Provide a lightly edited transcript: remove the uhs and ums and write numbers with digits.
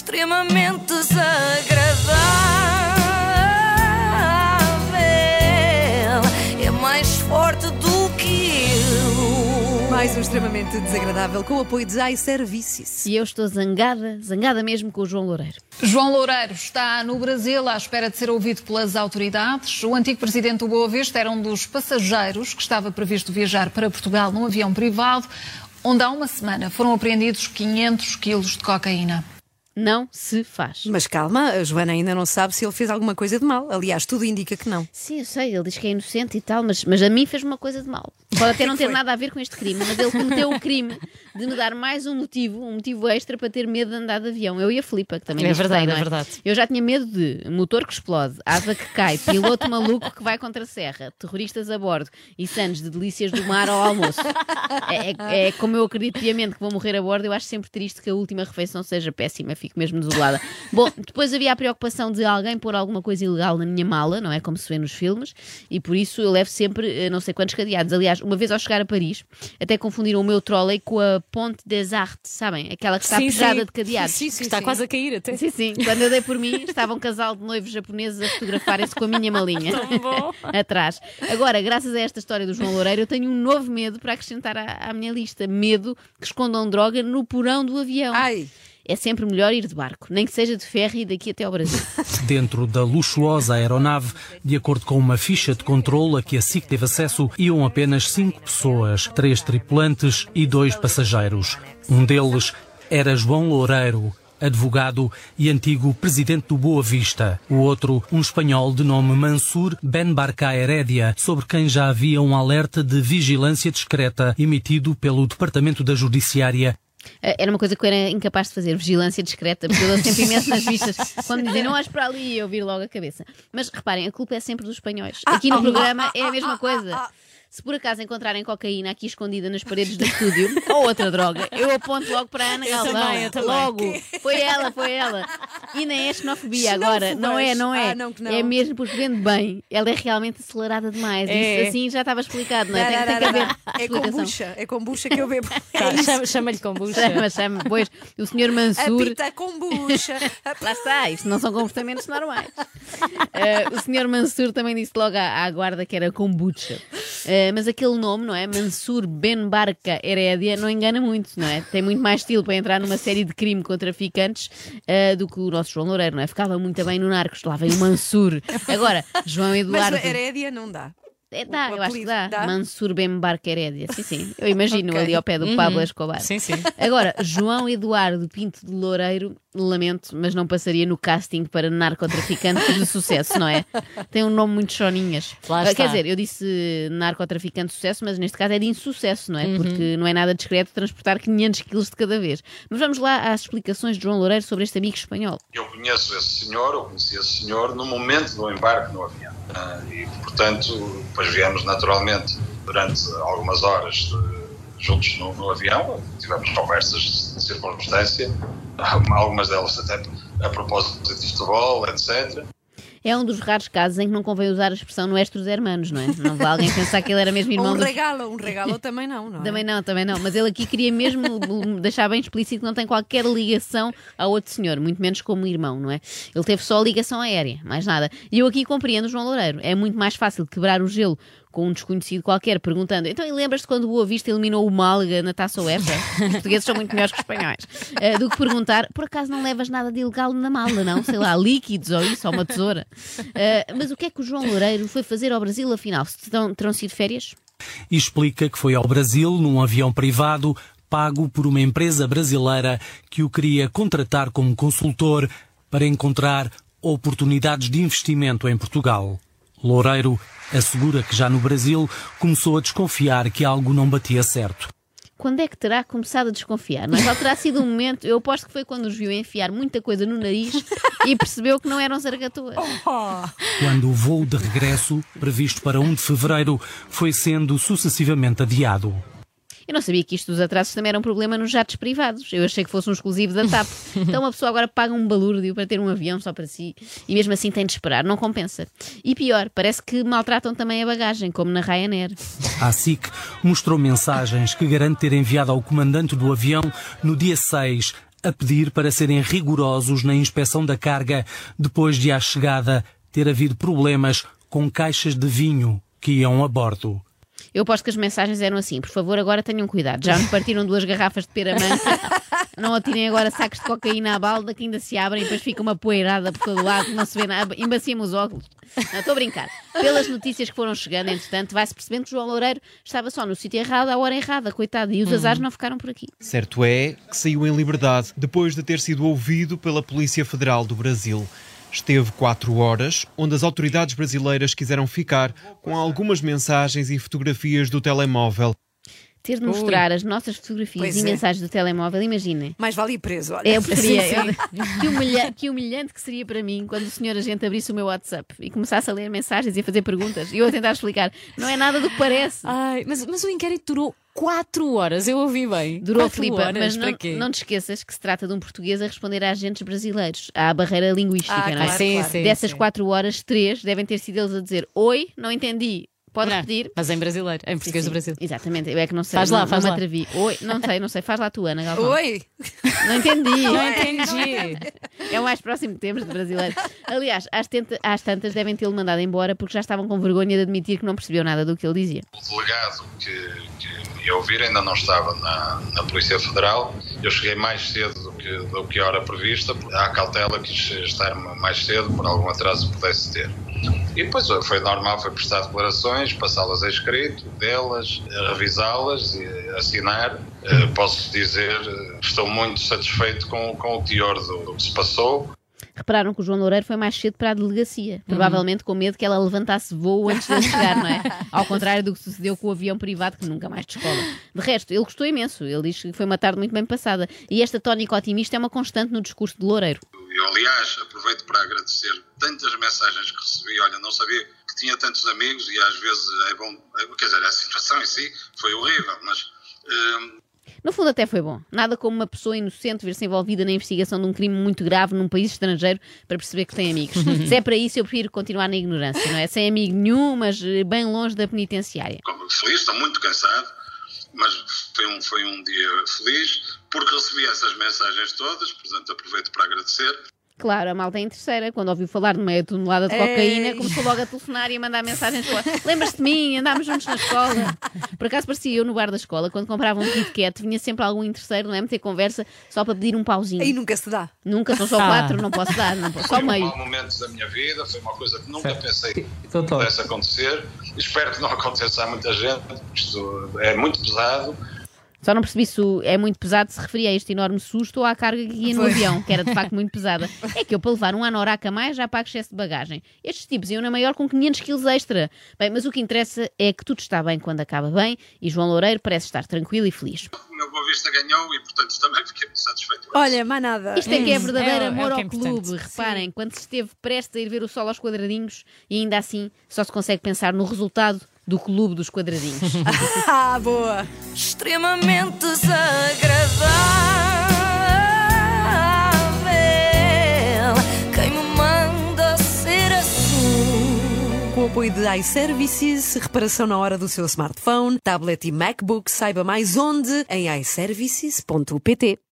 extremamente desagradável. É mais forte do que eu. Mais um extremamente desagradável com o apoio de iServices. E eu estou zangada mesmo com o João Loureiro. João Loureiro está no Brasil à espera de ser ouvido pelas autoridades. O antigo presidente do Boa Vista era um dos passageiros que estava previsto viajar para Portugal num avião privado, onde há uma semana foram apreendidos 500 quilos de cocaína. Não se faz. Mas calma, a Joana ainda não sabe se ele fez alguma coisa de mal. Aliás, tudo indica que não. Sim, eu sei, ele diz que é inocente e tal, mas a mim fez uma coisa de mal. Pode até não ter nada a ver com este crime, mas ele cometeu o crime de me dar mais um motivo extra para ter medo de andar de avião. Eu e a Filipa, que também É diz que verdade, tem, não é verdade. Eu já tinha medo de motor que explode, asa que cai, piloto maluco que vai contra a serra, terroristas a bordo e sanos de delícias do mar ao almoço. É como eu acredito piamente que vou morrer a bordo, eu acho sempre triste que a última refeição seja péssima, fico mesmo desolada. Bom, depois havia a preocupação de alguém pôr alguma coisa ilegal na minha mala, não é? Como se vê nos filmes, e por isso eu levo sempre não sei quantos cadeados. Aliás, uma vez ao chegar a Paris, até confundiram o meu trolley com a Ponte des Arts, sabem? Aquela que está pejada de cadeados. Que está quase a cair até. Sim. Quando eu dei por mim, estava um casal de noivos japoneses a fotografarem-se com a minha malinha Tão bom. atrás. Agora, graças a esta história do João Loureiro, eu tenho um novo medo para acrescentar à minha lista. Medo que escondam droga no porão do avião. Ai! É sempre melhor ir de barco, nem que seja de ferry daqui até ao Brasil. Dentro da luxuosa aeronave, de acordo com uma ficha de controle a que a SIC teve acesso, iam apenas 5 pessoas, 3 tripulantes e 2 passageiros. Um deles era João Loureiro, advogado e antigo presidente do Boa Vista. O outro, um espanhol de nome Mansur Ben Barca Heredia, sobre quem já havia um alerta de vigilância discreta emitido pelo Departamento da Judiciária. Era uma coisa que eu era incapaz de fazer, vigilância discreta, porque eu dou sempre imenso nas vistas. Quando me dizem não olhes para ali, eu viro logo a cabeça. Mas reparem, a culpa é sempre dos espanhóis. Aqui no programa é a mesma coisa. Se por acaso encontrarem cocaína aqui escondida nas paredes do estúdio, ou outra droga, eu aponto logo para a Ana Galvão. Eu também. Logo. Foi ela. E nem é xenofobia agora. Não é. Não, que não. É mesmo porque vende bem. Ela é realmente acelerada demais. É. Isso assim já estava explicado, não é? Tem que haver explicação. É kombucha que eu bebo. Chama-lhe Chama-lhe kombucha. Pois, o senhor Mansur... Apita kombucha. Lá está, isto não são comportamentos normais. O senhor Mansur também disse logo à guarda que era kombucha. Mas aquele nome, não é? Mansur Ben Barca Heredia não engana muito, não é? Tem muito mais estilo para entrar numa série de crime com traficantes do que o nosso João Loureiro, não é? Ficava muito bem no Narcos, lá vem o Mansur. Agora, João Eduardo... Mas Herédia não dá. Dá, eu acho que dá. Dá? Mansur Ben Barca Heredia. Sim. Eu imagino Ok. ali ao pé do Pablo Escobar. Sim. Agora, João Eduardo Pinto de Loureiro, lamento, mas não passaria no casting para narcotraficante de sucesso, não é? Tem um nome muito choninhas. Lá está. Quer dizer, eu disse narcotraficante de sucesso, mas neste caso é de insucesso, não é? Porque não é nada discreto transportar 500 quilos de cada vez. Mas vamos lá às explicações de João Loureiro sobre este amigo espanhol. Eu conheci esse senhor no momento do embarque no avião. E, portanto, depois viemos naturalmente durante algumas horas juntos no avião, tivemos conversas de circunstância, algumas delas até a propósito de futebol, etc. É um dos raros casos em que não convém usar a expressão nuestros hermanos, não é? Não vai alguém pensar que ele era mesmo irmão Um dos... regalo também não é? Também não. Mas ele aqui queria mesmo deixar bem explícito que não tem qualquer ligação ao outro senhor, muito menos como irmão, não é? Ele teve só a ligação aérea, mais nada. E eu aqui compreendo o João Loureiro. É muito mais fácil quebrar o gelo com um desconhecido qualquer, perguntando então, e lembras-te quando o Boa Vista eliminou o Málaga na Taça UEFA? Os portugueses são muito melhores que os espanhóis. Do que perguntar, por acaso não levas nada de ilegal na mala, não? Sei lá, líquidos ou isso, ou uma tesoura. Mas o que é que o João Loureiro foi fazer ao Brasil, afinal? Terão sido férias? E explica que foi ao Brasil num avião privado pago por uma empresa brasileira que o queria contratar como consultor para encontrar oportunidades de investimento em Portugal. Loureiro assegura que já no Brasil começou a desconfiar que algo não batia certo. Quando é que terá começado a desconfiar? Mas já terá sido um momento, eu aposto que foi quando os viu enfiar muita coisa no nariz e percebeu que não eram zargatuas. Quando o voo de regresso, previsto para 1 de fevereiro, foi sendo sucessivamente adiado. Eu não sabia que isto dos atrasos também era um problema nos jatos privados. Eu achei que fosse um exclusivo da TAP. Então uma pessoa agora paga um balúrdio para ter um avião só para si e mesmo assim tem de esperar. Não compensa. E pior, parece que maltratam também a bagagem, como na Ryanair. A SIC mostrou mensagens que garante ter enviado ao comandante do avião no dia 6, a pedir para serem rigorosos na inspeção da carga, depois de à chegada ter havido problemas com caixas de vinho que iam a bordo. Eu aposto que as mensagens eram assim: por favor, agora tenham cuidado, já me partiram 2 garrafas de peramanca, não atirem agora sacos de cocaína à balda que ainda se abrem e depois fica uma poeirada por todo lado, não se vê nada, embacia-me os óculos. Não, estou a brincar. Pelas notícias que foram chegando, entretanto, vai-se percebendo que o João Loureiro estava só no sítio errado, à hora errada, coitado, e os azares não ficaram por aqui. Certo é que saiu em liberdade depois de ter sido ouvido pela Polícia Federal do Brasil. Esteve 4 horas, onde as autoridades brasileiras quiseram ficar com algumas mensagens e fotografias do telemóvel. Ter de mostrar as nossas fotografias Pois e é. mensagens do telemóvel, imaginem. Mais vale ir preso, olha. Eu preferia. Sim. Que humilhante que seria para mim quando o senhor agente abrisse o meu WhatsApp e começasse a ler mensagens e a fazer perguntas e eu a tentar explicar. Não é nada do que parece. Ai, mas o inquérito durou 4 horas, eu ouvi bem. Durou, 4 Filipe, horas, mas para quê? não te esqueças que se trata de um português a responder a agentes brasileiros. Há a barreira linguística, não é? claro, Sim, claro. sim, Dessas sim. 4 horas, 3 devem ter sido eles a dizer: oi, não entendi. Pode Não, repetir? mas em brasileiro, em português Sim, do Brasil. Exatamente, eu é que não sei. Faz lá, não, faz não lá. me atrevi. Oi, não sei. Faz lá tu, Ana Galvão. Oi! Não entendi. Não entendi. É o mais próximo que temos de brasileiro. Aliás, às tantas devem tê-lo mandado embora porque já estavam com vergonha de admitir que não percebeu nada do que ele dizia. O delegado que ia ouvir ainda não estava na Polícia Federal. Eu cheguei mais cedo do que a hora prevista. Há cautela, quis estar mais cedo por algum atraso que pudesse ter. E depois foi normal, foi prestar declarações, passá-las a escrito, delas, revisá-las e assinar. Posso dizer, estou muito satisfeito com o teor do que se passou. Repararam que o João Loureiro foi mais cedo para a delegacia, provavelmente com medo que ela levantasse voo antes de ele chegar, não é? Ao contrário do que sucedeu com o avião privado que nunca mais descola. De resto, ele gostou imenso, ele diz que foi uma tarde muito bem passada e esta tónica otimista é uma constante no discurso de Loureiro. Eu, aliás, aproveito para agradecer tantas mensagens que recebi. Olha, não sabia que tinha tantos amigos e às vezes é bom, quer dizer, a situação em si foi horrível, mas... No fundo até foi bom. Nada como uma pessoa inocente ver-se envolvida na investigação de um crime muito grave num país estrangeiro para perceber que tem amigos. Se é para isso, eu prefiro continuar na ignorância, não é? Sem amigo nenhum, mas bem longe da penitenciária. Feliz, estou muito cansado, mas foi um dia feliz porque recebi essas mensagens todas, portanto aproveito para agradecer. Claro, a malta é interesseira. Quando ouviu falar de meia tonelada de cocaína, começou logo a telefonar e a mandar mensagens. Lembras-te de mim? Andámos juntos na escola. Por acaso parecia eu no bar da escola, quando comprava um Kit Kat, vinha sempre algum interesseiro, não é? Meter conversa só para pedir um pauzinho. Aí nunca se dá. Nunca, são só 4, não posso dar, não posso, só Foi meio. um mau momento da minha vida, foi uma coisa que nunca pensei que pudesse acontecer. Espero que não aconteça a muita gente, porque isto é muito pesado. Só não percebi se é muito pesado, se referia a este enorme susto ou à carga que ia no avião, que era de facto muito pesada. É que eu, para levar um anorak a mais, já pago excesso de bagagem. Estes tipos iam na maior com 500 quilos extra. Bem, mas o que interessa é que tudo está bem quando acaba bem e João Loureiro parece estar tranquilo e feliz. O meu Boa Vista ganhou e, portanto, também fiquei muito satisfeito. Olha, mais nada. Isto é que é verdadeiro é amor o que é ao clube. importante. Reparem, quando se esteve prestes a ir ver o sol aos quadradinhos e ainda assim só se consegue pensar no resultado do clube dos quadradinhos. Ah, boa! Extremamente desagradável. Quem me manda ser assim? Com o apoio de iServices, reparação na hora do seu smartphone, tablet e MacBook, saiba mais onde em iServices.pt.